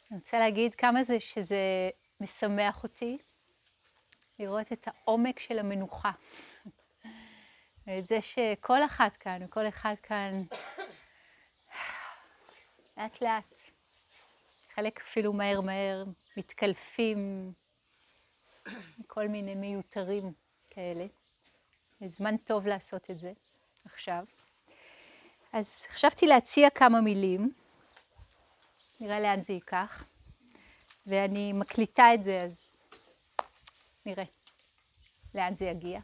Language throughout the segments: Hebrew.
אני רוצה להגיד כמה שזה משמח אותי, לראות את העומק של המנוחה. ואת זה שכל אחת כאן וכל אחד כאן, לאט לאט, חלק אפילו מהר מהר, מתקלפים, כל מיני מיותרים כאלה. זה זמן טוב לעשות את זה עכשיו. אז חשבתי להציע כמה מילים, נראה לאן זה ייקח, ואני מקליטה את זה, אז נראה לאן זה יגיע.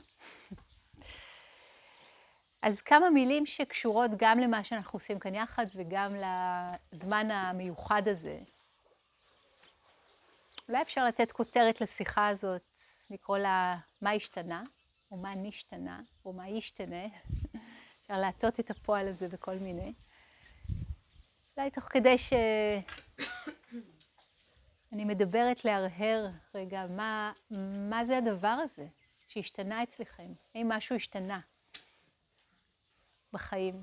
אז כמה מילים שקשורות גם למה שאנחנו עושים כאן יחד וגם לזמן המיוחד הזה. אולי אפשר לתת כותרת לשיחה הזאת, לקרוא לה מה השתנה, או מה נשתנה, או מה ישתנה. אפשר להטות את הפועל הזה בכל מיני. אולי תוך כדי שאני מדברת להרהר רגע, מה זה הדבר הזה שהשתנה אצלכם? האם משהו השתנה בחיים?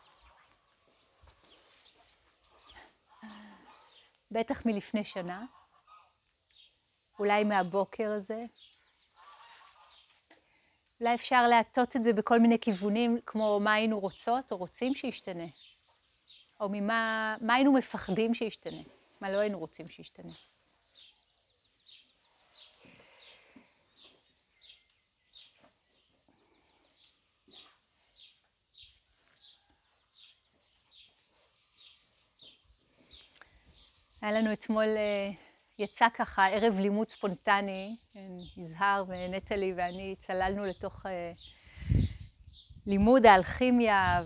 בטח מלפני שנה, אולי מהבוקר הזה. אולי אפשר להטות את זה בכל מיני כיוונים, כמו מה היינו רוצות או רוצים שישתנה. או מה היינו מפחדים שישתנה, מה לא היינו רוצים שישתנה. היה לנו אתמול, יצא ככה ערב לימוד ספונטני, יזהר ונטלי ואני צללנו לתוך לימוד האלכימיה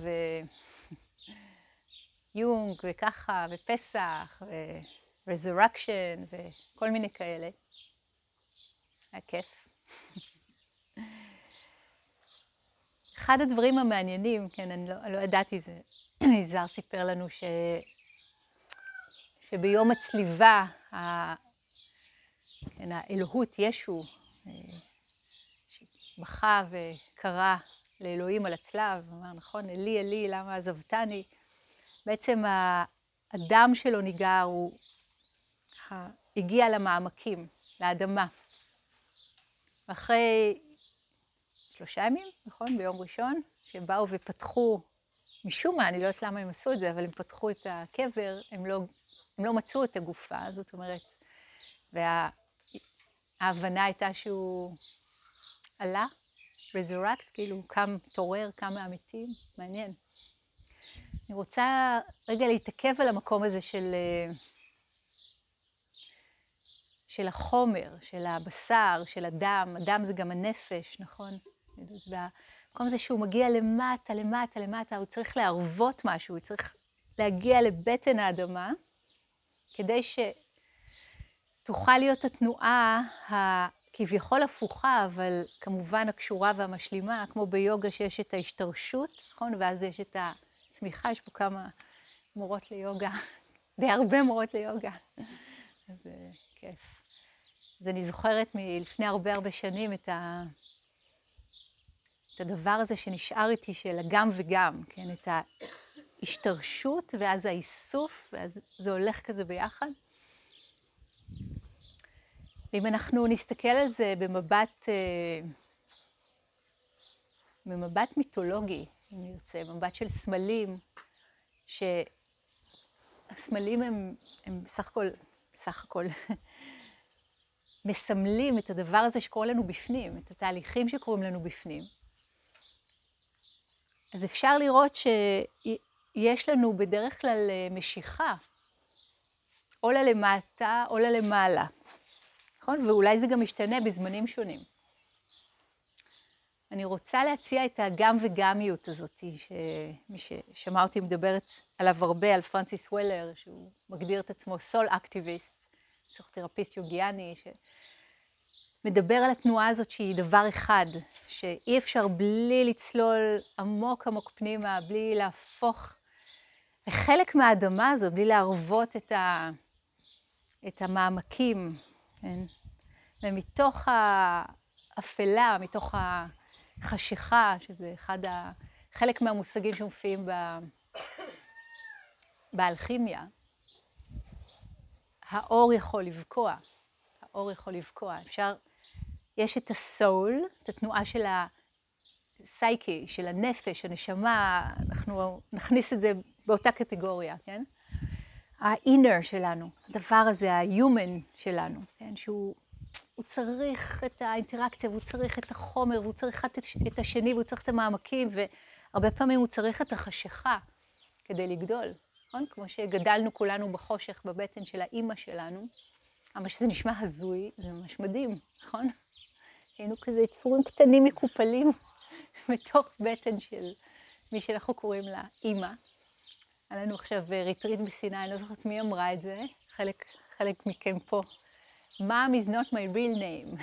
ויונג וככה ופסח ו-resurrection וכל מיני כאלה. היה כיף. אחד הדברים המעניינים, כן, אני לא ידעתי זה, יזהר סיפר לנו שביום הצליבה, כן, האלוהות ישו, שבכה וקרא לאלוהים על הצלב, אמר, נכון, אלי, אלי, למה עזבתני? בעצם הדם שלו ניגר, הוא הגיע למעמקים, לאדמה. ואחרי 3 ימים, נכון, ביום ראשון, שבאו ופתחו, משום מה, אני לא יודעת למה הם עשו את זה, אבל הם פתחו את הקבר, הם לא מצאו את הגופה, זאת אומרת, וההבנה הייתה שהוא עלה, resurrect, כאילו קם תורר, קם מהמתים, מעניין. אני רוצה רגע להתעכב על המקום הזה של החומר, של הבשר, של הדם. הדם זה גם הנפש, נכון? והמקום הזה שהוא מגיע למטה, למטה, למטה, הוא צריך להרוות משהו, הוא צריך להגיע לבטן האדמה, כדי שתוכל להיות התנועה הכביכול הפוכה, אבל כמובן הקשורה והמשלימה, כמו ביוגה שיש את ההשתרשות, נכון? ואז יש את הצמיחה, יש פה כמה מורות ליוגה, די הרבה מורות ליוגה. אז כיף. אז אני זוכרת מלפני הרבה שנים את הדבר הזה שנשאר איתי של הגם וגם, כן? את ההשתרשות ואז האיסוף, ואז זה הולך כזה ביחד. ואם אנחנו נסתכל על זה במבט מיתולוגי, אם נרצה, במבט של סמלים, שהסמלים הם סך הכל מסמלים את הדבר הזה שקורה לנו בפנים, את התהליכים שקורים לנו בפנים. אז אפשר לראות שיש לנו בדרך כלל משיכה, או למטה או למעלה. נכון? ואולי זה גם משתנה בזמנים שונים. אני רוצה להציע את הגם וגמיות הזאת, שמי ששמע אותי מדברת עליו הרבה, על פרנסיס וולר, שהוא מגדיר את עצמו סול אקטיביסט, פסיכותרפיסט יוגיאני, שמדבר על התנועה הזאת שהיא דבר אחד, שאי אפשר בלי לצלול עמוק עמוק פנימה, בלי להפוך לחלק מהאדמה הזאת, בלי להרוות את המעמקים, כן? ומתוך האפלה, מתוך החשיכה, שזה חלק מהמושגים שמופיעים באלכימיה, האור יכול לבקוע. האור יכול לבקוע. יש את הסול, את התנועה של הסייקי, של הנפש, הנשמה, אנחנו נכניס את זה באותה קטגוריה, כן? ה-inner שלנו, הדבר הזה, ה-human שלנו, כן? שהוא צריך את האינטראקציה, והוא צריך את החומר, והוא צריך את השני, והוא צריך את המעמקים, והרבה פעמים הוא צריך את החשיכה כדי לגדול, נכון? כמו שגדלנו כולנו בחושך בבטן של האימא שלנו, אבל שזה נשמע הזוי, זה ממש מדהים, נכון? היינו כזה יצורים קטנים מקופלים בתוך בטן של מי שאנחנו קוראים לה אימא. היה לנו עכשיו ריטריט בסיני, אני לא זוכרת מי אמרה את זה, חלק מכם פה. Mom is not my real name.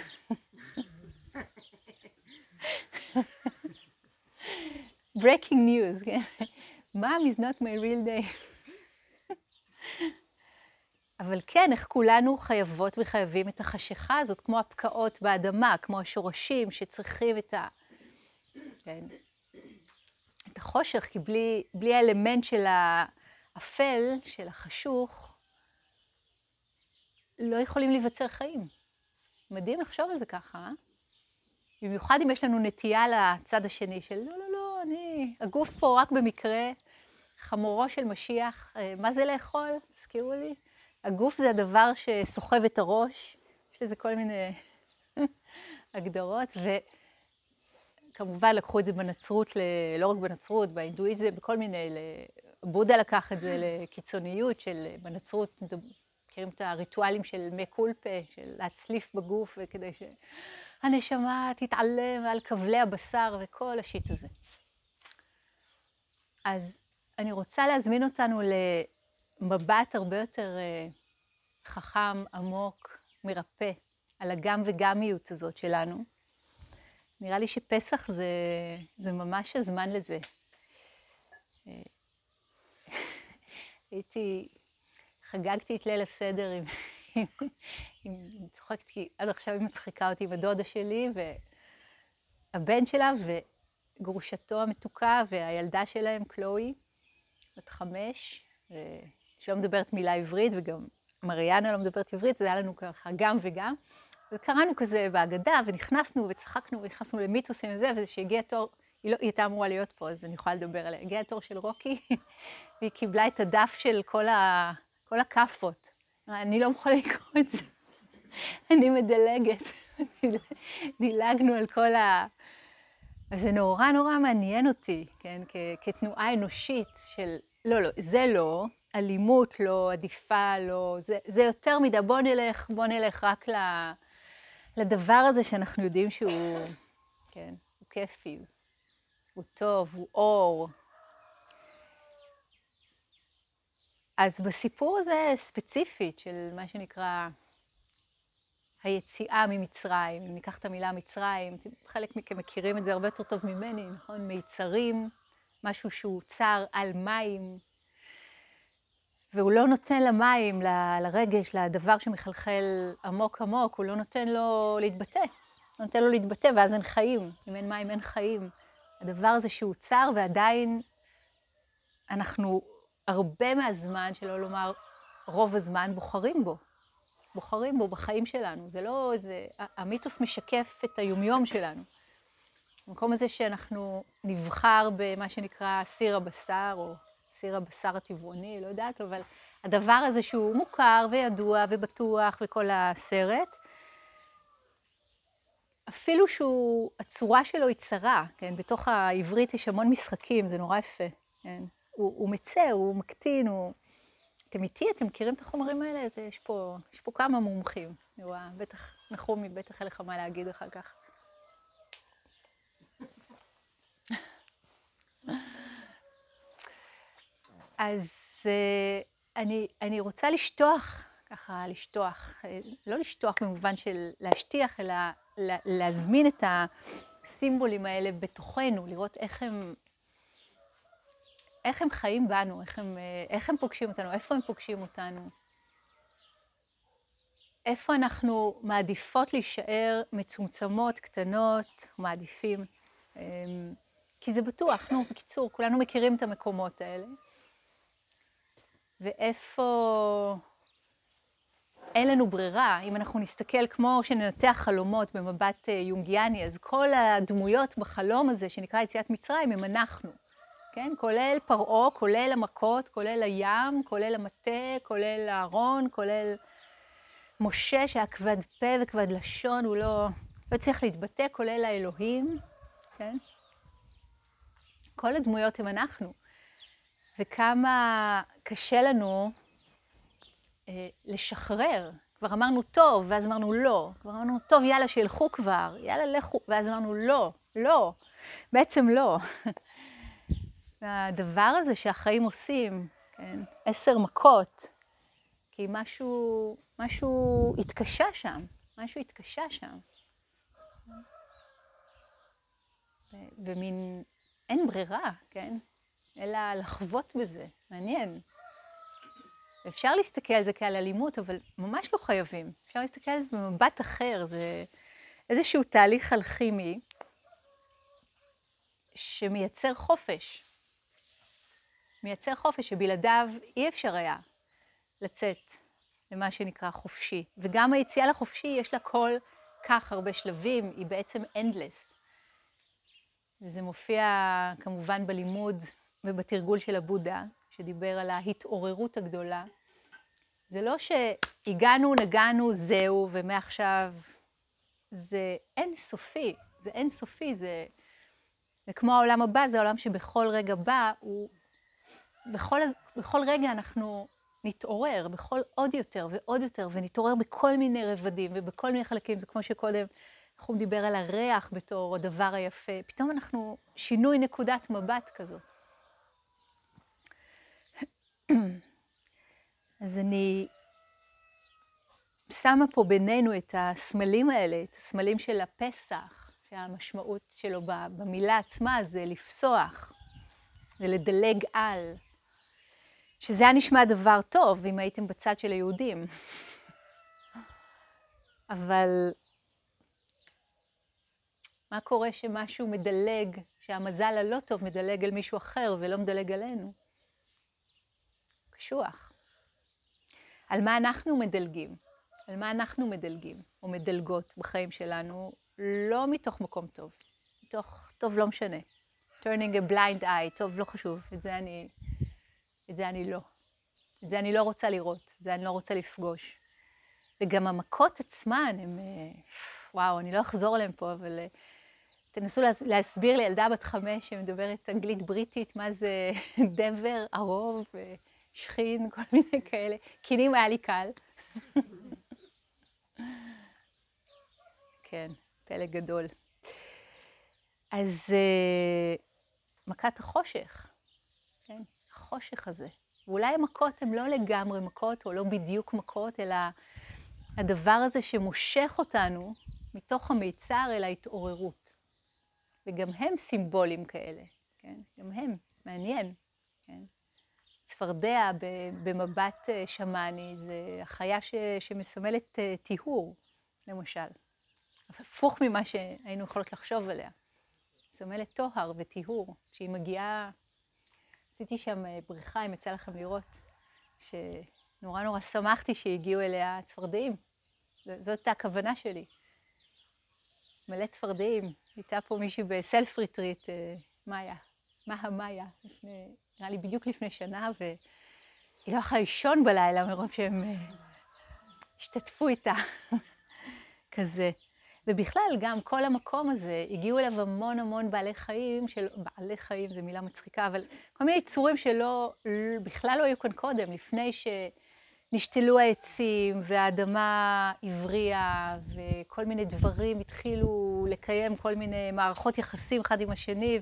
Breaking news, כן? Mom is not my real name. אבל כן, איך כולנו חייבות וחייבים את החשיכה הזאת, כמו הפקעות באדמה, כמו השורשים שצריכים את כן, את החושך, כי בלי האלמנט של האפל, של החשוך, לא יכולים להיווצר חיים. מדהים לחשוב על זה ככה, אה? במיוחד אם יש לנו נטייה לצד השני של לא, הגוף פה רק במקרה, חמורו של משיח, מה זה לאכול? תזכירו לי. הגוף זה הדבר שסוחב את הראש, יש לזה כל מיני הגדרות, וכמובן לקחו את זה בנצרות, לא רק בנצרות, בהינדואיזם, בכל מיני, בודה לקח את זה לקיצוניות של בנצרות, מכירים את הריטואלים של מי קולפה, של להצליף בגוף, וכדי שהנשמה תתעלם על כבלי הבשר וכל השיט הזה. אז אני רוצה להזמין אותנו למבט הרבה יותר חכם, עמוק, מרפא, על הגם וגמיות הזאת שלנו. נראה לי שפסח זה ממש הזמן לזה. חגגתי את ליל הסדר צוחקת, כי עד עכשיו היא מצחיקה אותי עם הדודה שלי, והבן שלה וגרושתו המתוקה, והילדה שלהם, קלואי, בת 5, שלא מדברת מילה עברית, וגם מריאנה לא מדברת עברית, זה היה לנו ככה גם וגם. וקראנו כזה בהגדה, ונכנסנו וצחקנו, ונכנסנו למיתוסים וזה, וזה שהגיע תור, היא הייתה אמורה להיות פה, אז אני יכולה לדבר עליה. הגיע התור של רוקי, והיא קיבלה את הדף של כל הכפות. אני לא מוכנה לקרוא את זה. אני מדלגת. דילגנו על כל וזה נורא מעניין אותי, כן? כתנועה אנושית של, לא, זה לא, אלימות לא, עדיפה לא, זה יותר מדי, בוא נלך רק לדבר הזה שאנחנו יודעים שהוא, כן, הוא כיפי, הוא טוב, הוא אור. אז בסיפור הזה ספציפית של מה שנקרא היציאה ממצרים, אם ניקח את המילה מצרים, חלק מכם מכירים את זה הרבה יותר טוב ממני, נכון? מיצרים, משהו שהוא צר על מים, והוא לא נותן למים, לרגש, לדבר שמחלחל עמוק עמוק, הוא לא נותן לו להתבטא. הוא נותן לו להתבטא, ואז אין חיים. אם אין מים, אין חיים. הדבר הזה שהוא צר, ועדיין אנחנו הרבה מהזמן, שלא לומר רוב הזמן, בוחרים בו בחיים שלנו. זה לא איזה, המיתוס משקף את היומיום שלנו. במקום הזה שאנחנו נבחר במה שנקרא סיר הבשר, או סיר הבשר הטבעוני, לא יודעת, אבל הדבר הזה שהוא מוכר וידוע ובטוח וכל הסרט, אפילו הצורה שלו היא צרה, כן? בתוך העברית יש המון משחקים, זה נורא יפה, כן? הוא מצר, הוא מקטין, אתם איתי, אתם מכירים את החומרים האלה? יש פה כמה מומחים, אני רואה, בטח נחומי, בטח אין לך מה להגיד אחר כך. אז אני רוצה לשטוח, לא לשטוח במובן של להשטיח, אלא להזמין את הסימבולים האלה בתוכנו, לראות איך הם חיים בנו, איך הם פוגשים אותנו, איפה הם פוגשים אותנו. איפה אנחנו מעדיפות להישאר מצומצמות, קטנות, מעדיפים. כי זה בטוח, בקיצור, כולנו מכירים את המקומות האלה. ואיפה אין לנו ברירה. אם אנחנו נסתכל כמו שננתח חלומות במבט יונגיאני, אז כל הדמויות בחלום הזה שנקרא יציאת מצרים הם אנחנו. כן? כולל פרעה, כולל המכות, כולל הים, כולל המטה, כולל הארון, כולל משה שהיה כבד פה וכבד לשון, הוא לא צריך להתבטא, כולל האלוהים. כן? כל הדמויות הם אנחנו. וכמה קשה לנו לשחרר. כבר אמרנו טוב, ואז אמרנו לא. כבר אמרנו טוב, יאללה, שילכו כבר, יאללה, לכו. ואז אמרנו לא, לא. בעצם לא. והדבר הזה שהחיים עושים, כן? 10 מכות, כי משהו התקשה שם. משהו התקשה שם. ומין אין ברירה, כן? אלא לחוות בזה. מעניין. אפשר להסתכל על זה כעל אלימות, אבל ממש לא חייבים. אפשר להסתכל על זה במבט אחר. זה איזשהו תהליך אלכימי שמייצר חופש. מייצר חופש שבלעדיו אי אפשר היה לצאת למה שנקרא חופשי. וגם היציאה לחופשי יש לה כל כך הרבה שלבים, היא בעצם endless. וזה מופיע כמובן בלימוד ובתרגול של הבודה, שדיבר על ההתעוררות הגדולה. זה לא שהגענו, נגענו, זהו, ומעכשיו זה אינסופי. זה אינסופי, זה כמו העולם הבא, זה העולם שבכל רגע בא, בכל רגע אנחנו נתעורר, בכל עוד יותר ועוד יותר, ונתעורר בכל מיני רבדים ובכל מיני חלקים. זה כמו שקודם אנחנו דיבר על הריח בתור הדבר היפה. פתאום אנחנו שינוי נקודת מבט כזאת. אז אני שמה פה בינינו את הסמלים האלה, את הסמלים של הפסח, שהמשמעות שלו במילה עצמה זה לפסוח, זה לדלג על, שזה היה נשמע דבר טוב אם הייתם בצד של היהודים. אבל מה קורה שמשהו מדלג, שהמזל הלא טוב מדלג על מישהו אחר ולא מדלג עלינו? קשוח. על מה אנחנו מדלגים? על מה אנחנו מדלגים או מדלגות בחיים שלנו, לא מתוך מקום טוב. מתוך טוב לא משנה. turning a blind eye, טוב לא חשוב, את זה אני לא. את זה אני לא רוצה לראות, את זה אני לא רוצה לפגוש. וגם המכות עצמן הם, וואו, אני לא אחזור עליהם פה, אבל תנסו להסביר לילדה בת 5 שמדברת אנגלית בריטית, מה זה דבר, ערוב, שכין, כל מיני כאלה. קינים היה לי קל. כן, פלא גדול. אז מכת החושך, כן, החושך הזה. ואולי המכות הן לא לגמרי מכות, או לא בדיוק מכות, אלא הדבר הזה שמושך אותנו מתוך המיצר אל ההתעוררות. וגם הם סימבולים כאלה, כן? גם הם, מעניין, כן? צפרדע במבט שמאני, זה החיה שמסמלת טיהור, למשל. הפוך ממה שהיינו יכולות לחשוב עליה. מסמלת טוהר וטיהור. כשהיא מגיעה, עשיתי שם בריחה, אם יצא לכם לראות, שנורא נורא שמחתי שהגיעו אליה צפרדעים. זאת הכוונה שלי. מלא צפרדעים. הייתה פה מישהי בסלף ריטריט, מאיה. מאיה, נראה לי בדיוק לפני שנה, והיא לא יכולה לישון בלילה מרוב שהם השתתפו איתה. כזה. ובכלל, גם כל המקום הזה, הגיעו אליו המון בעלי חיים, בעלי חיים זו מילה מצחיקה, אבל כל מיני יצורים שלא, בכלל לא היו כאן קודם, לפני שנשתלו העצים, והאדמה הבריאה, וכל מיני דברים התחילו לקיים כל מיני מערכות יחסים אחד עם השני,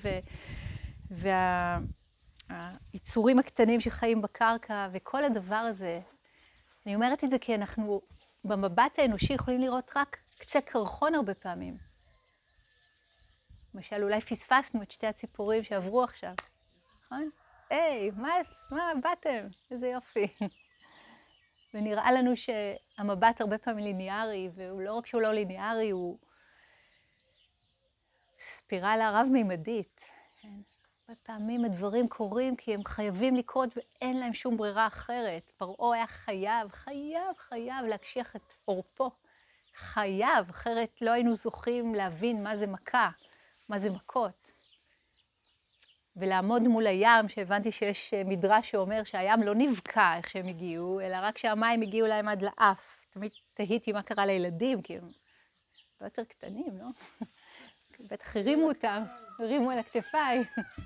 והיצורים הקטנים שחיים בקרקע, וכל הדבר הזה. אני אומרת את זה כי אנחנו במבט האנושי יכולים לראות רק קצה קרחון הרבה פעמים. למשל, אולי פספסנו את שתי הציפורים שעברו עכשיו, נכון? היי, מה באתם? איזה יופי. ונראה לנו שהמבט הרבה פעמים ליניארי, ולא רק שהוא לא ליניארי, הוא ספירלה רב-מימדית. כן? בפעמים הדברים קורים כי הם חייבים לקרות ואין להם שום ברירה אחרת. פרעה היה חייב להקשיח את עורפו. חייב, אחרת לא היינו זוכים להבין מה זה מכה, מה זה מכות. ולעמוד מול הים, שהבנתי שיש מדרש שאומר שהים לא נבקע איך שהם הגיעו, אלא רק שהמים הגיעו להם עד לאף. תמיד תהיתי מה קרה לילדים, כי הם לא יותר קטנים, לא? בטח הרימו אותם, הרימו על הכתפיים.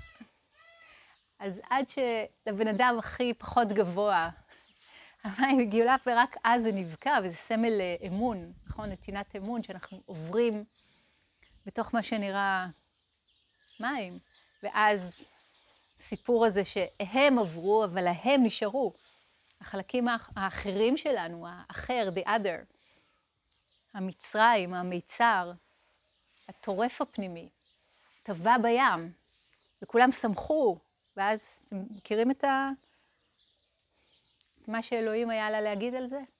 אז עד שלבן אדם הכי פחות גבוה, המים הגיעו לאף ורק אז זה נבקע, וזה סמל אמון, נכון? נתינת אמון, שאנחנו עוברים בתוך מה שנראה מים. ואז הסיפור הזה שהם עברו, אבל הם נשארו. החלקים האחרים שלנו, האחר, the other, המצרים, המיצר, הטורף הפנימי, טבע בים, וכולם שמחו, ואז אתם מכירים את מה שאלוהים היה לה להגיד על זה?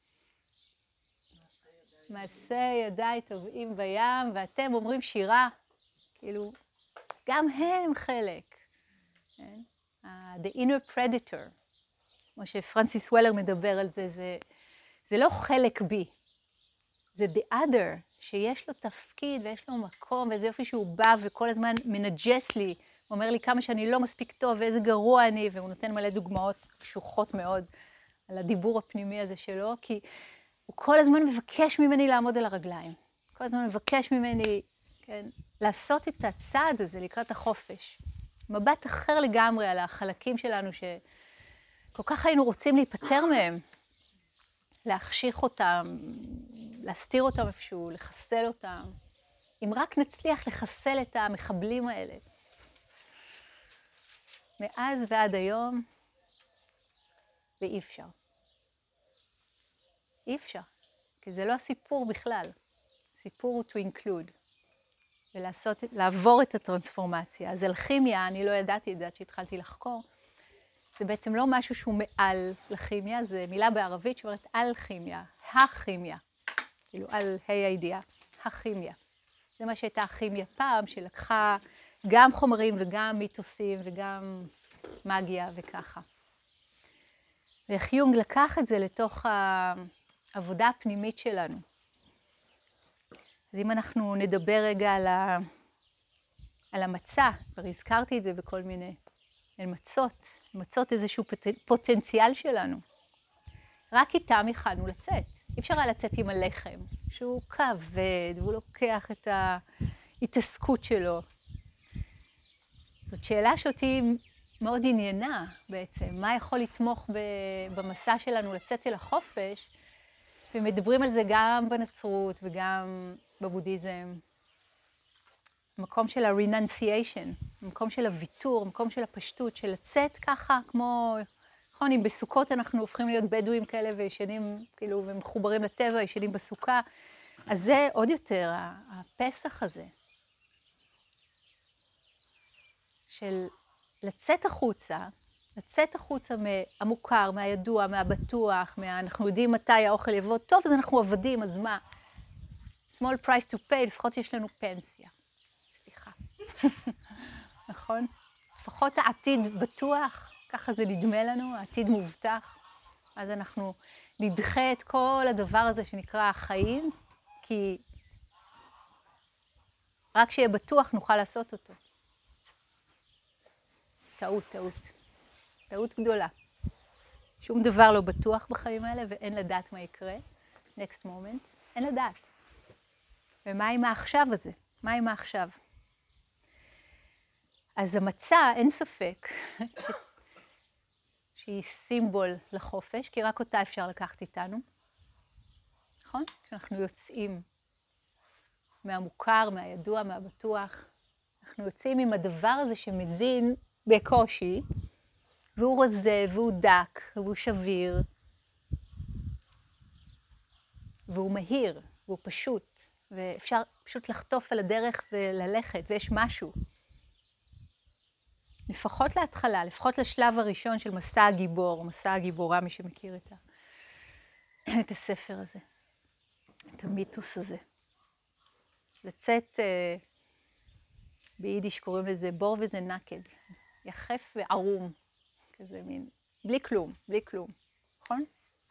מעשה ידיי טובעים בים, ואתם אומרים שירה, כאילו, גם הם חלק. כן? The inner predator, כמו שפרנסיס וולר מדבר על זה, זה לא חלק בי, זה the other, שיש לו תפקיד ויש לו מקום, ואיזה יופי שהוא בא וכל הזמן מנג'ס לי, הוא אומר לי כמה שאני לא מספיק טוב ואיזה גרוע אני, והוא נותן מלא דוגמאות קשוחות מאוד על הדיבור הפנימי הזה שלו, כי הוא כל הזמן מבקש ממני לעמוד על הרגליים, כל הזמן מבקש ממני, כן, לעשות את הצעד הזה לקראת החופש. מבט אחר לגמרי על החלקים שלנו שכל כך היינו רוצים להיפטר מהם, להחשיך אותם, להסתיר אותם איפשהו, לחסל אותם. אם רק נצליח לחסל את המחבלים האלה. מאז ועד היום, ואי אפשר. אי אפשר, כי זה לא הסיפור בכלל. הסיפור הוא to include, לעבור את הטרנספורמציה. אז אלכימיה, אני לא ידעתי את זה עד שהתחלתי לחקור, זה בעצם לא משהו שהוא מעל לכימיה, זה מילה בערבית שאומרת אלכימיה, הכימיה. כאילו על הידיעה, הכימיה. זה מה שהייתה הכימיה פעם, שלקחה גם חומרים וגם מיתוסים וגם מגיה וככה. ואיך יונג לקח את זה לתוך העבודה הפנימית שלנו. אז אם אנחנו נדבר רגע על המצע, כבר הזכרתי את זה בכל מיני, על מצות איזשהו פוטנציאל שלנו. רק איתם יכלנו לצאת. אי אפשר היה לצאת עם הלחם, שהוא כבד, והוא לוקח את ההתעסקות שלו. זאת שאלה שאותי מאוד עניינה בעצם, מה יכול לתמוך במסע שלנו לצאת אל החופש, ומדברים על זה גם בנצרות וגם בבודהיזם. המקום של ה-renunciation, המקום של הוויתור, המקום של הפשטות, של לצאת ככה כמו, נכון, אם בסוכות אנחנו הופכים להיות בדואים כאלה וישנים, כאילו, ומחוברים לטבע, ישנים בסוכה, אז זה עוד יותר, הפסח הזה, של לצאת החוצה מהמוכר, מהידוע, מהבטוח, אנחנו יודעים מתי האוכל יבוא, טוב, אז אנחנו עבדים, אז מה? small price to pay, לפחות יש לנו פנסיה. סליחה. נכון? לפחות העתיד בטוח, ככה זה נדמה לנו, העתיד מובטח. אז אנחנו נדחה את כל הדבר הזה שנקרא החיים, כי רק שיהיה בטוח נוכל לעשות אותו. טעות גדולה. שום דבר לא בטוח בחיים האלה ואין לדעת מה יקרה. next moment, אין לדעת. ומה עם העכשיו הזה? מה עם העכשיו? אז המצע, אין ספק, שהיא סימבול לחופש, כי רק אותה אפשר לקחת איתנו. נכון? כשאנחנו יוצאים מהמוכר, מהידוע, מהבטוח, אנחנו יוצאים עם הדבר הזה שמזין בקושי, והוא רזה, והוא דק, והוא שביר, והוא מהיר, והוא פשוט, ואפשר פשוט לחטוף על הדרך וללכת, ויש משהו. לפחות להתחלה, לפחות לשלב הראשון של מסע הגיבור, מסע הגיבורה, מי שמכיר את הספר הזה, את המיתוס הזה. לצאת ביידיש קוראים לזה בור וזה נקד, יחף וערום, כזה מין, בלי כלום, בלי כלום, נכון?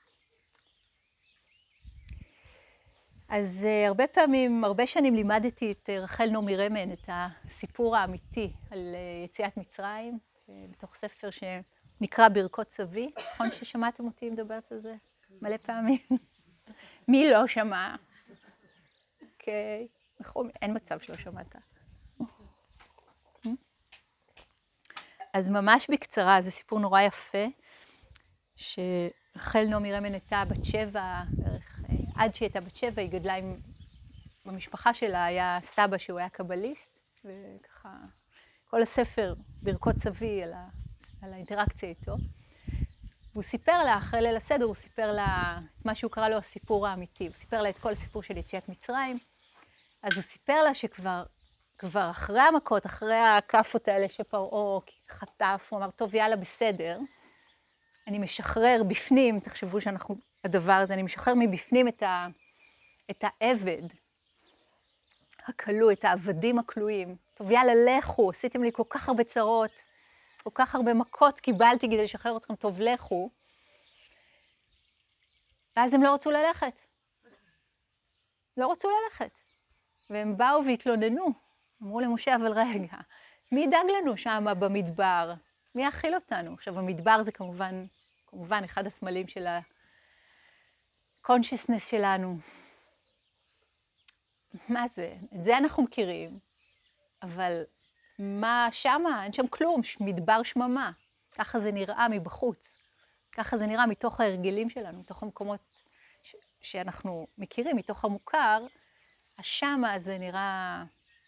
אז הרבה פעמים, הרבה שנים לימדתי את רחל נעמי רמן, את הסיפור האמיתי על יציאת מצרים, בתוך ספר שנקרא ברכות סבי, נכון ששמעתם אותי מדברת על זה מלא פעמים? מי לא שמע? אוקיי, נכון, אין מצב שלא שמעת. אז ממש בקצרה, זה סיפור נורא יפה, שרחל נעמי רמן הייתה בת 7, בערך, עד שהיא הייתה בת 7, היא גדלה במשפחה שלה, היה סבא שהוא היה קבליסט, וככה, כל הספר, ברכות סבי, על האינטראקציה איתו. והוא סיפר לה, אחרי ליל הסדר, הוא סיפר לה את מה שהוא קרא לו הסיפור האמיתי. הוא סיפר לה את כל הסיפור של יציאת מצרים. אז הוא סיפר לה שכבר אחרי המכות, אחרי הכאפות האלה שפרעה חטף, הוא אמר, טוב, יאללה, בסדר. אני משחרר בפנים, תחשבו שאנחנו, הדבר הזה, אני משחרר מבפנים את העבד הכלוא, את העבדים הכלואים. טוב, יאללה, לכו, עשיתם לי כל כך הרבה צרות, כל כך הרבה מכות קיבלתי כדי לשחרר אתכם, טוב, לכו. ואז הם לא רצו ללכת. לא רצו ללכת. והם באו והתלוננו. אמרו למשה, אבל רגע, מי ידאג לנו שם במדבר? מי יאכיל אותנו? עכשיו, המדבר זה כמובן אחד הסמלים של ה-consciousness שלנו. מה זה? את זה אנחנו מכירים, אבל מה שמה? אין שם כלום, מדבר שממה. ככה זה נראה מבחוץ. ככה זה נראה מתוך ההרגלים שלנו, מתוך המקומות שאנחנו מכירים, מתוך המוכר. השמה זה נראה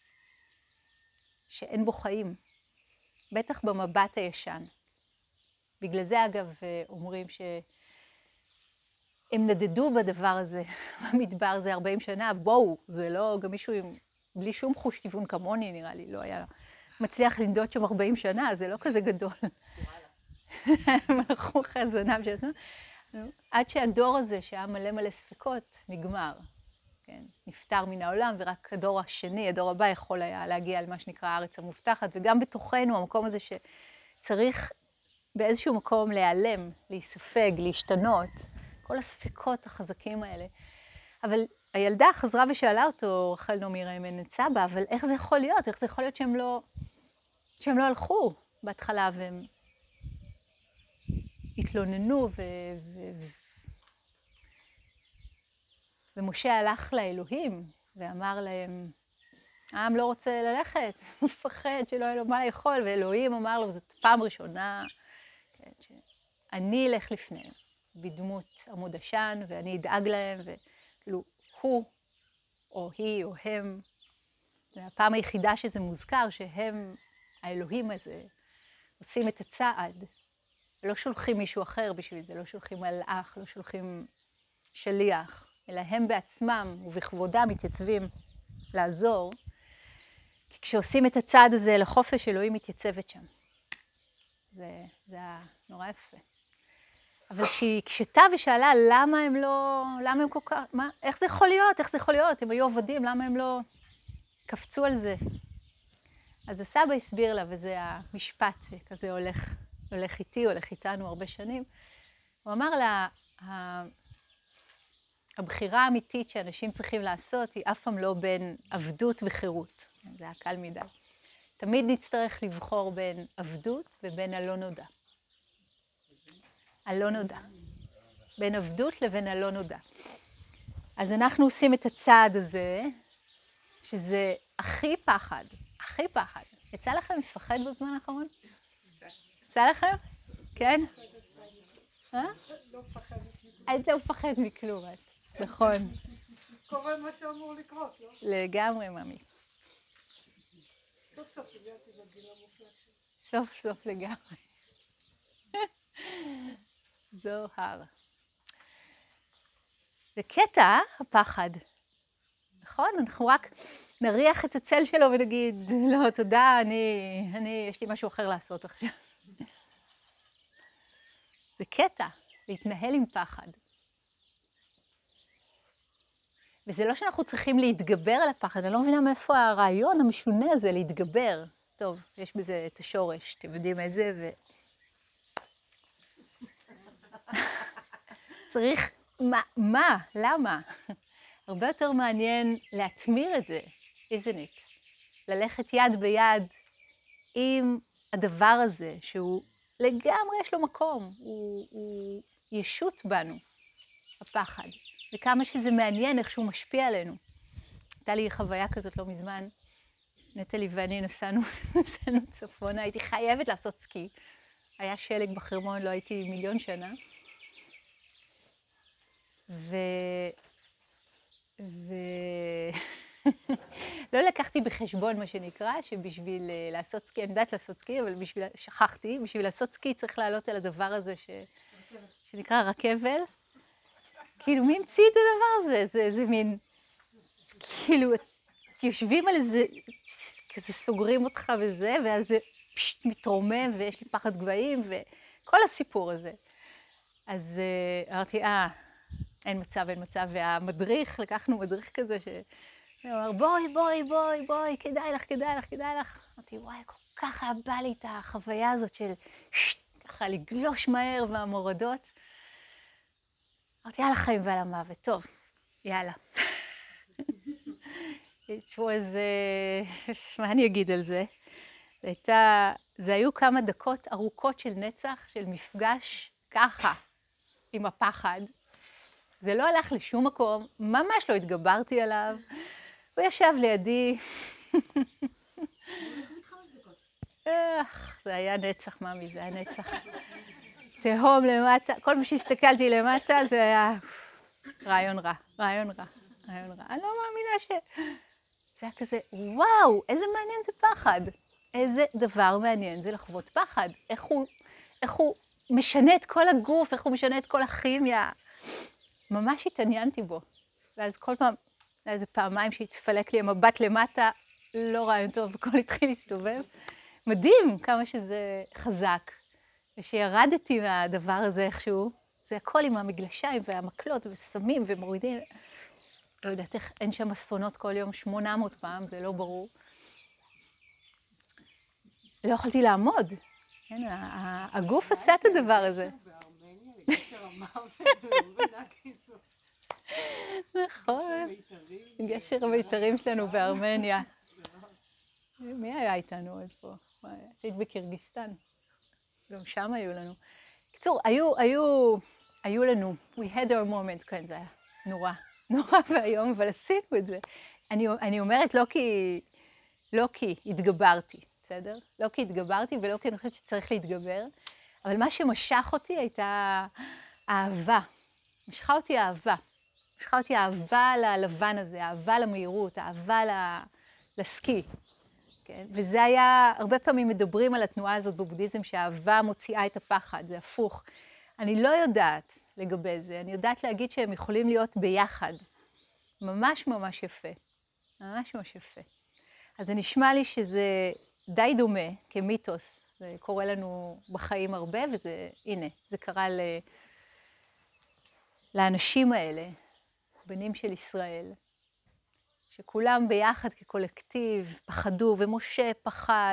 שאין בו חיים. בטח במבט הישן. בגלל זה, אגב, אומרים שהם נדדו בדבר הזה, במדבר זה 40 שנה, בואו, זה לא, גם מישהו בלי שום חוש כיוון כמוני, נראה לי, לא היה מצליח לנדוד שם 40 שנה, זה לא כזה גדול. הם הלכו אחרי הזנב שלנו. עד שהדור הזה, שהיה מלא ספקות, נגמר. כן, נפטר מן העולם, ורק הדור השני, הדור הבא, יכול היה להגיע למה שנקרא הארץ המובטחת, וגם בתוכנו, המקום הזה שצריך באיזשהו מקום להיעלם, להיספג, להשתנות, כל הספקות החזקים האלה. אבל הילדה חזרה ושאלה אותו, רחל נעמי רמן את סבא, אבל איך זה יכול להיות? איך זה יכול להיות שהם לא הלכו בהתחלה, והם התלוננו, ומשה הלך לאלוהים ואמר להם, העם לא רוצה ללכת, הוא מפחד שלא יהיה לו מה לאכול, ואלוהים אמר לו, זאת פעם ראשונה, כן, שאני אלך לפניהם בדמות עמוד עשן, ואני אדאג להם, וכאילו הוא או היא או הם, זה הפעם היחידה שזה מוזכר, שהם, האלוהים הזה, עושים את הצעד, לא שולחים מישהו אחר בשביל זה, לא שולחים מלאך, לא שולחים שליח, אלא הם בעצמם ובכבודם מתייצבים לעזור, כי כשעושים את הצעד הזה לחופש, אלוהים מתייצבת שם. זה היה נורא יפה. אבל כשהיא הקשתה ושאלה למה הם כל כך, איך זה יכול להיות? איך זה יכול להיות? הם היו עבדים, למה הם לא קפצו על זה? אז הסבא הסביר לה, וזה המשפט שכזה הולך איתי, הולך איתנו הרבה שנים. הוא אמר לה, הבחירה האמיתית שאנשים צריכים לעשות היא אף פעם לא בין עבדות וחירות. זה היה קל מדי. תמיד נצטרך לבחור בין עבדות ובין הלא נודע. הלא נודע. בין עבדות לבין הלא נודע. אז אנחנו עושים את הצעד הזה, שזה הכי פחד, הכי פחד. יצא לכם לפחד בזמן האחרון? יצא לכם? כן? לא מפחדת מכלום. את לא מפחד מכלום, את. נכון. קורה מה שאמור לקרות, לא? לגמרי, ממי. סוף סוף הגעתי לגיל המופלג שלי. סוף סוף לגמרי. זוהר. זה קטע, הפחד. נכון? אנחנו רק נריח את הצל שלו ונגיד, לא, תודה, יש לי משהו אחר לעשות עכשיו. זה קטע, להתנהל עם פחד. וזה לא שאנחנו צריכים להתגבר על הפחד, אני לא מבינה מאיפה הרעיון המשונה הזה להתגבר. טוב, יש בזה את השורש, אתם יודעים איזה, צריך, מה? למה? הרבה יותר מעניין להטמיר את זה, isn't it? ללכת יד ביד עם הדבר הזה, שהוא לגמרי יש לו מקום, הוא ישות בנו, הפחד. וכמה שזה מעניין איך שהוא משפיע עלינו. הייתה לי חוויה כזאת לא מזמן, נטלי ואני נסענו צפונה, הייתי חייבת לעשות סקי. היה שלג בחרמון, לא הייתי מיליון שנה. לא לקחתי בחשבון מה שנקרא, שבשביל לעשות סקי, אני יודעת לעשות סקי, אבל שכחתי, בשביל לעשות סקי צריך לעלות על הדבר הזה שנקרא רכבל. כאילו, מי המציא את הדבר הזה? זה מין, כאילו, יושבים על איזה, כזה סוגרים אותך וזה, ואז זה פשוט מתרומם, ויש לי פחד גבהים, וכל הסיפור הזה. אז אמרתי, אין מצב, והמדריך, לקחנו מדריך כזה, הוא אמר, בואי, כדאי לך. אמרתי, וואי, כל כך היה בא לי את החוויה הזאת של ככה לגלוש מהר והמורדות. אמרתי, יאללה חיים ועל המוות, טוב, יאללה. מה אני אגיד על זה? זה היו כמה דקות ארוכות של נצח, של מפגש ככה עם הפחד. זה לא הלך לשום מקום, ממש לא התגברתי עליו. הוא ישב לידי. זה היה נצח, מאמי, זה היה נצח. תהום למטה, כל מה שהסתכלתי למטה, זה היה רעיון רע. אני לא מאמינה זה היה כזה, וואו, איזה מעניין זה פחד. איזה דבר מעניין זה לחוות פחד. איך הוא משנה את כל הגוף, איך הוא משנה את כל הכימיה. ממש התעניינתי בו. ואז כל פעם, איזה פעמיים שהתפלק לי המבט למטה, לא רעיון טוב, וכל התחיל להסתובב. מדהים כמה שזה חזק. ושירדתי מהדבר הזה איכשהו, זה הכל עם המגלשיים והמקלות וסמים ומורידים. לא יודעת איך, אין שם אסטרונות כל יום 800 פעם, זה לא ברור. לא יכולתי לעמוד. כן, הגוף עשה את הדבר הזה. נכון, גשר המיתרים שלנו בארמניה. מי היה איתנו עוד פה? היית בקירגיסטן. גם שם היו לנו. בקיצור, היו לנו, we had our moments, כן, זה היה נורא והיום, אבל עשינו את זה. אני אומרת לא כי התגברתי, בסדר? לא כי התגברתי ולא כי אני חושבת שצריך להתגבר, אבל מה שמשך אותי הייתה אהבה. משכה אותי אהבה ללבן הזה, אהבה למהירות, אהבה לסקי. כן? וזה היה, הרבה פעמים מדברים על התנועה הזאת בבודהיזם, שהאהבה מוציאה את הפחד, זה הפוך. אני לא יודעת לגבי זה, אני יודעת להגיד שהם יכולים להיות ביחד. ממש יפה. ממש יפה. אז זה נשמע לי שזה די דומה כמיתוס, זה קורה לנו בחיים הרבה, וזה, הנה, זה קרה לאנשים האלה, בנים של ישראל, שכולם ביחד כקולקטיב פחדו, ומשה פחד,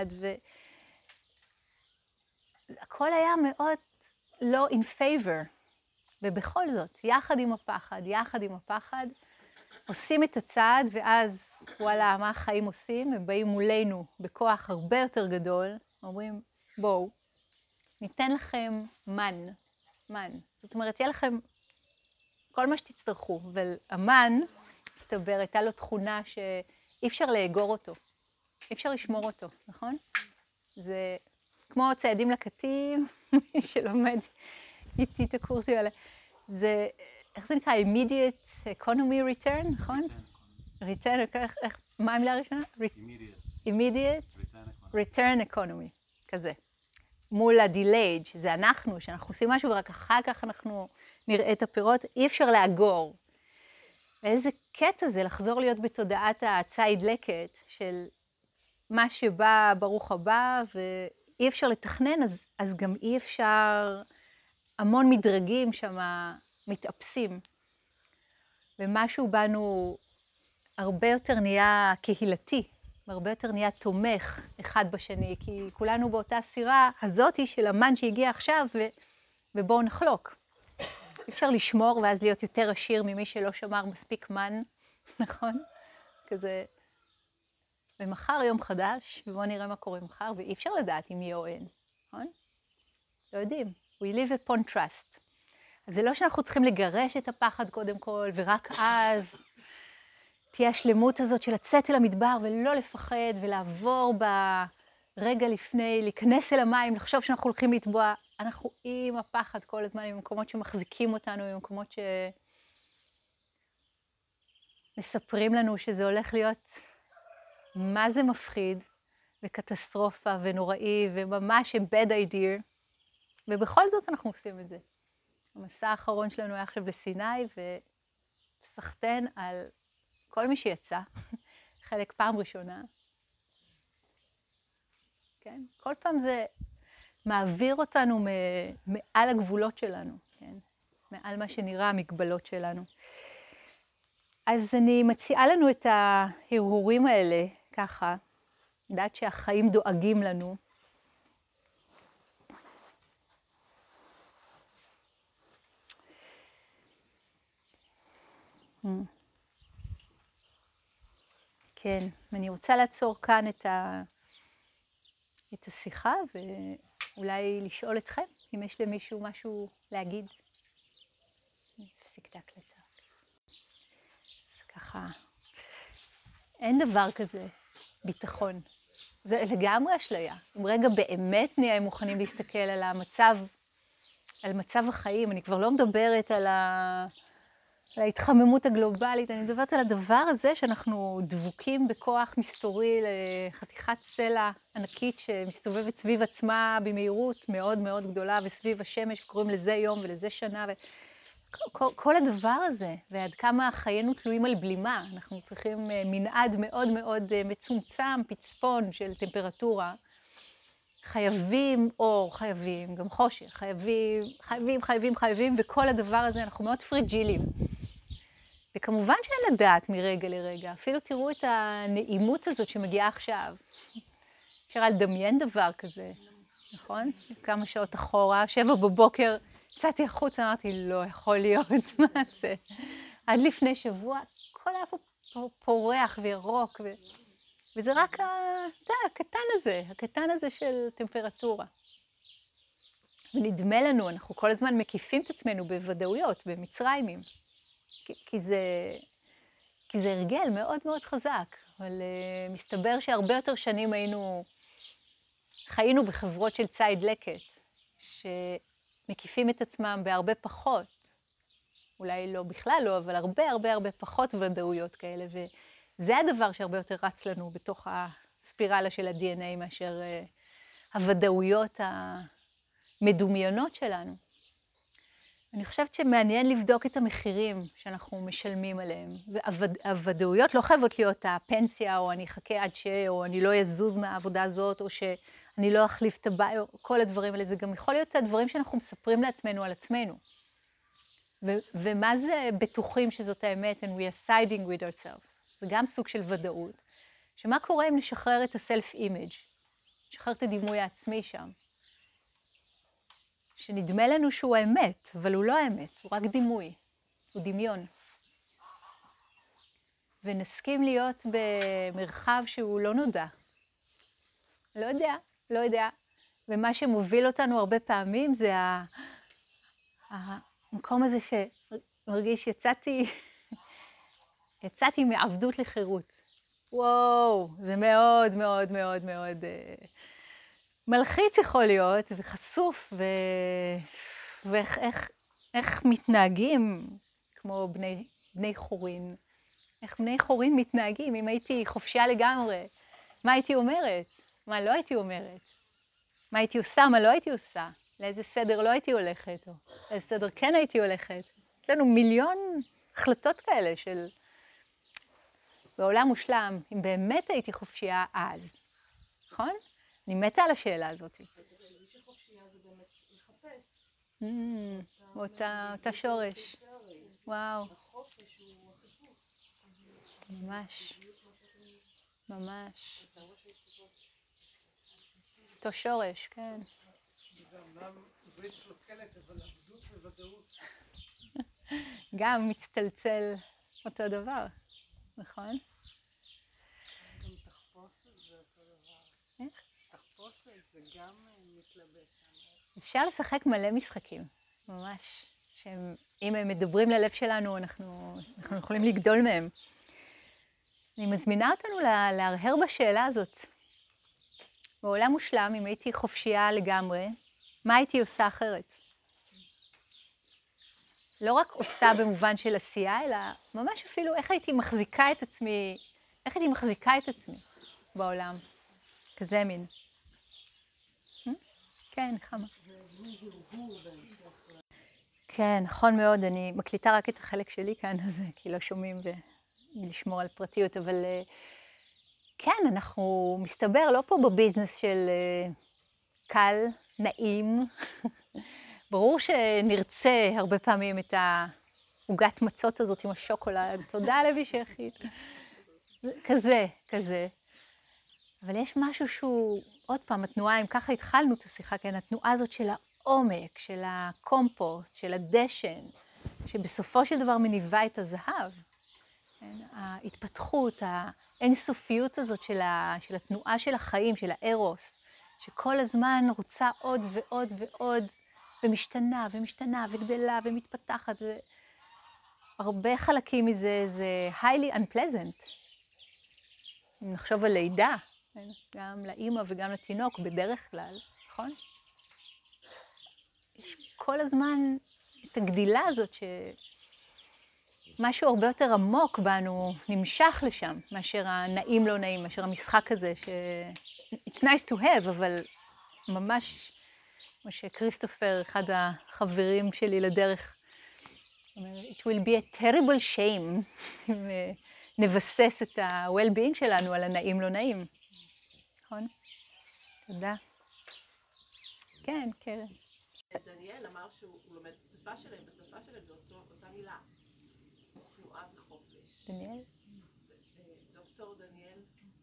והכל היה מאוד לא in favor. ובכל זאת, יחד עם הפחד, עושים את הצעד, ואז, וואלה, מה החיים עושים? הם באים מולנו בכוח הרבה יותר גדול, אומרים, בואו, ניתן לכם מן. זאת אומרת, יהיה לכם כל מה שתצטרכו, והמן, מסתבר, הייתה לו תכונה שאי אפשר לאגור אותו, אי אפשר לשמור אותו, נכון? זה כמו צעדים לקטים, מי שלומד איתי את הקורסים האלה. זה, איך זה נקרא? immediate economy return, נכון? return, מה המילה הראשונה? immediate return economy, כזה. מול ה-delayed, שזה אנחנו, שאנחנו עושים משהו ורק אחר כך אנחנו נראה את הפירות, אי אפשר לאגור. ואיזה קטע זה לחזור להיות בתודעת הציד לקט של מה שבא, ברוך הבא, ואי אפשר לתכנן, אז גם אי אפשר, המון מדרגים שם מתאפסים. ומשהו בנו הרבה יותר נהיה קהילתי, והרבה יותר נהיה תומך אחד בשני, כי כולנו באותה סירה הזאתי של המן שהגיע עכשיו, ובואו נחלוק. אי אפשר לשמור ואז להיות יותר עשיר ממי שלא שמר מספיק מן, נכון? כזה, ומחר יום חדש, ובואו נראה מה קורה מחר, ואי אפשר לדעת אם יהיה או אין, נכון? לא יודעים. We live upon trust. אז זה לא שאנחנו צריכים לגרש את הפחד קודם כל, ורק אז תהיה השלמות הזאת של לצאת אל המדבר ולא לפחד ולעבור ברגע לפני, להיכנס אל המים, לחשוב שאנחנו הולכים לטבוע. אנחנו עם הפחד כל הזמן, עם מקומות שמחזיקים אותנו, עם מקומות שמספרים לנו שזה הולך להיות מה זה מפחיד, וקטסטרופה ונוראי, וממש bad idea, ובכל זאת אנחנו עושים את זה. המסע האחרון שלנו היה עכשיו לסיני, וסחטן על כל מי שיצא, חלק פעם ראשונה. כן? כל פעם זה מעביר אותנו מעל הגבולות שלנו, כן? מעל מה שנראה המגבלות שלנו. אז אני מציעה לנו את ההרהורים האלה, ככה, לדעת שהחיים דואגים לנו. כן, אני רוצה לעצור כאן את השיחה, ואולי לשאול אתכם, אם יש למישהו משהו להגיד. אני אפסיק את ההקלטה. אז ככה, אין דבר כזה ביטחון. זה לגמרי אשליה. אם רגע באמת נהיה מוכנים להסתכל על מצב החיים, אני כבר לא מדברת על ההתחממות הגלובלית, אני מדברת על הדבר הזה שאנחנו דבוקים בכוח מסתורי לחתיכת סלע ענקית שמסתובבת סביב עצמה במהירות מאוד מאוד גדולה, וסביב השמש, קוראים לזה יום ולזה שנה, כל הדבר הזה, ועד כמה חיינו תלויים על בלימה, אנחנו צריכים מנעד מאוד מאוד מצומצם, פצפון של טמפרטורה, חייבים אור, חייבים גם חושך, חייבים, וכל הדבר הזה, אנחנו מאוד פריג'ילים. וכמובן שאין לדעת מרגע לרגע, אפילו תראו את הנעימות הזאת שמגיעה עכשיו. אפשר לדמיין דבר כזה, נכון? כמה שעות אחורה, 7 בבוקר, יצאתי החוץ, אמרתי, לא יכול להיות, מה זה? עד לפני שבוע, הכל היה פה פורח וירוק, וזה רק הקטן הזה של טמפרטורה. ונדמה לנו, אנחנו כל הזמן מקיפים את עצמנו בוודאויות, במצרימים, כי זה הרגל מאוד מאוד חזק, אבל מסתבר שהרבה יותר שנים חיינו בחברות של ציד לקט, שמקיפים את עצמם בהרבה פחות, אולי לא בכלל לא, אבל הרבה פחות ודאויות כאלה, וזה הדבר שהרבה יותר רץ לנו בתוך הספירלה של ה-DNA מאשר הוודאויות המדומיינות שלנו. אני חושבת שמעניין לבדוק את המחירים שאנחנו משלמים עליהם, והוודאויות לא חייבות להיות הפנסיה, או אני אחכה עד או אני לא יזוז מהעבודה הזאת, או שאני לא אחליף את הבית, או כל הדברים האלה, זה גם יכול להיות הדברים שאנחנו מספרים לעצמנו על עצמנו. ומה זה בטוחים שזאת האמת, and we are siding with ourselves. זה גם סוג של ודאות. שמה קורה אם נשחרר את ה-self-image, נשחרר את הדימוי העצמי שם. שנדמה לנו שהוא האמת, אבל הוא לא האמת, הוא רק דימוי, הוא דמיון. ונסכים להיות במרחב שהוא לא נודע. לא יודע. ומה שמוביל אותנו הרבה פעמים זה המקום הזה שמרגיש יצאתי מעבדות לחירות. וואו, זה מאוד מאוד מאוד מאוד מלחיץ יכול להיות, וחשוף, ואיך מתנהגים כמו בני חורין. איך בני חורין מתנהגים? אם הייתי חופשייה לגמרי, מה הייתי אומרת? מה לא הייתי אומרת? מה הייתי עושה? מה לא הייתי עושה? לאיזה סדר לא הייתי הולכת? או לאיזה סדר כן הייתי הולכת? יש לנו מיליון החלטות כאלה של בעולם מושלם, אם באמת הייתי חופשייה אז, נכון? אני מתה על השאלה הזאת. מי שחופשייה זה באמת לחפש. אותה שורש. וואו. החופש הוא ממש. ממש. אותו שורש, כן. זה אומנם עברית קלוקלת, אבל עבדות וודאות. גם מצטלצל אותו דבר, נכון? גם תחפושת זה אותו דבר. איך? תחפושת זה גם מתלבש. אפשר לשחק מלא משחקים, ממש. שאם הם מדברים ללב שלנו, אנחנו יכולים לגדול מהם. אני מזמינה אותנו להרהר בשאלה הזאת. בעולם מושלם, אם הייתי חופשייה לגמרי, מה הייתי עושה אחרת? לא רק עושה במובן של עשייה, אלא ממש אפילו איך הייתי מחזיקה את עצמי, בעולם. כזה מין. כן, חמה. כן, נכון מאוד. אני מקליטה רק את החלק שלי כאן, אז כי לא שומעים ולשמור על פרטיות, אבל כן, אנחנו מסתבר לא פה בביזנס של קל, נעים. ברור שנרצה הרבה פעמים את העוגת מצות הזאת עם השוקולד. תודה לוי שהכין. כזה. אבל יש משהו שהוא, עוד פעם, התנועה, אם ככה התחלנו את השיחה, כן, התנועה הזאת של העומק, של הקומפוסט, של הדשן, שבסופו של דבר מניבה את הזהב. כן, ההתפתחות, האינסופיות הזאת של התנועה של החיים, של הארוס, שכל הזמן רוצה עוד ועוד ועוד, ומשתנה וגדלה ומתפתחת, והרבה חלקים מזה זה highly unpleasant. אם נחשוב על לידה, גם לאמא וגם לתינוק בדרך כלל, נכון? יש כל הזמן את הגדילה הזאת שמשהו הרבה יותר עמוק בנו נמשך לשם, מאשר הנעים לא נעים, מאשר המשחק הזה it's nice to have, אבל ממש, כמו שקריסטופר, אחד החברים שלי לדרך, אומר, it will be a terrible shame אם נבסס את ה-well-being שלנו על הנעים לא נעים. נכון? תודה. כן, קרן. דניאל אמר שהוא לומד בשפה שלהם זה אותה מילה. תנועה וחופש. דניאל? דוקטור דניאל.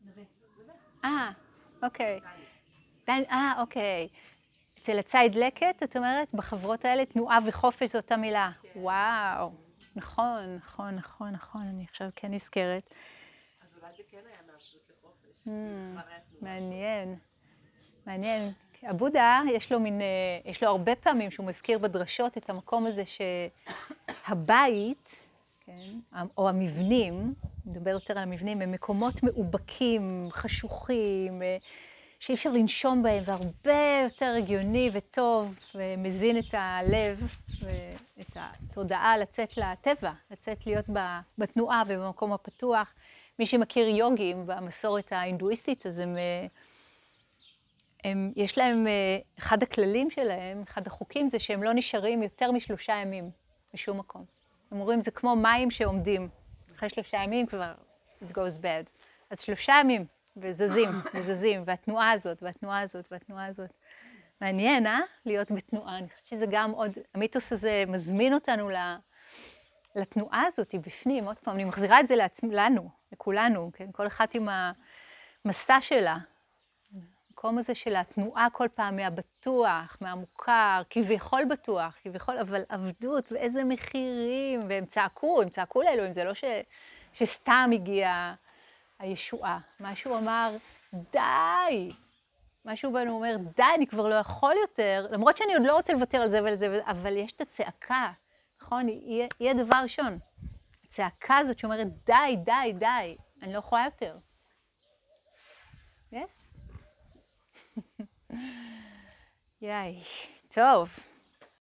אוקיי. אוקיי. אצל הציד לקט, את אומרת, בחברות האלה תנועה וחופש זו אותה מילה. וואו. נכון. אני עכשיו כן נזכרת. אז אולי זה כן היה מעבדות לחופש. מעניין. הבודה, יש לו הרבה פעמים שהוא מזכיר בדרשות את המקום הזה שהבית, כן, או המבנים, נדבר יותר על המבנים, הם מקומות מאובקים, חשוכים, שאי אפשר לנשום בהם, והרבה יותר הגיוני וטוב, ומזין את הלב ואת התודעה לצאת לטבע, לצאת להיות בתנועה ובמקום הפתוח. מי שמכיר יוגים במסורת ההינדואיסטית, אז יש להם, אחד הכללים שלהם, אחד החוקים, זה שהם לא נשארים יותר מ3 ימים בשום מקום. הם אומרים, זה כמו מים שעומדים. אחרי 3 ימים כבר it goes bad. אז 3 ימים, וזזים, והתנועה הזאת. מעניין, להיות בתנועה. אני חושבת שזה גם עוד, המיתוס הזה מזמין אותנו לתנועה הזאת, בפנים. עוד פעם, אני מחזירה את זה לנו, לכולנו, כן? כל אחת עם המסע שלה. המקום הזה של התנועה כל פעם מהבטוח, מהמוכר, כביכול בטוח, אבל עבדות ואיזה מחירים, והם צעקו לאלוהים, זה לא שסתם הגיעה הישועה. משהו אמר, די! משהו בנו אומר, די, אני כבר לא יכול יותר, למרות שאני עוד לא רוצה לוותר על זה ועל זה, אבל יש את הצעקה, נכון? היא הדבר ראשון. הצעקה הזאת שאומרת, די, אני לא יכולה יותר. Yes? יאי, טוב.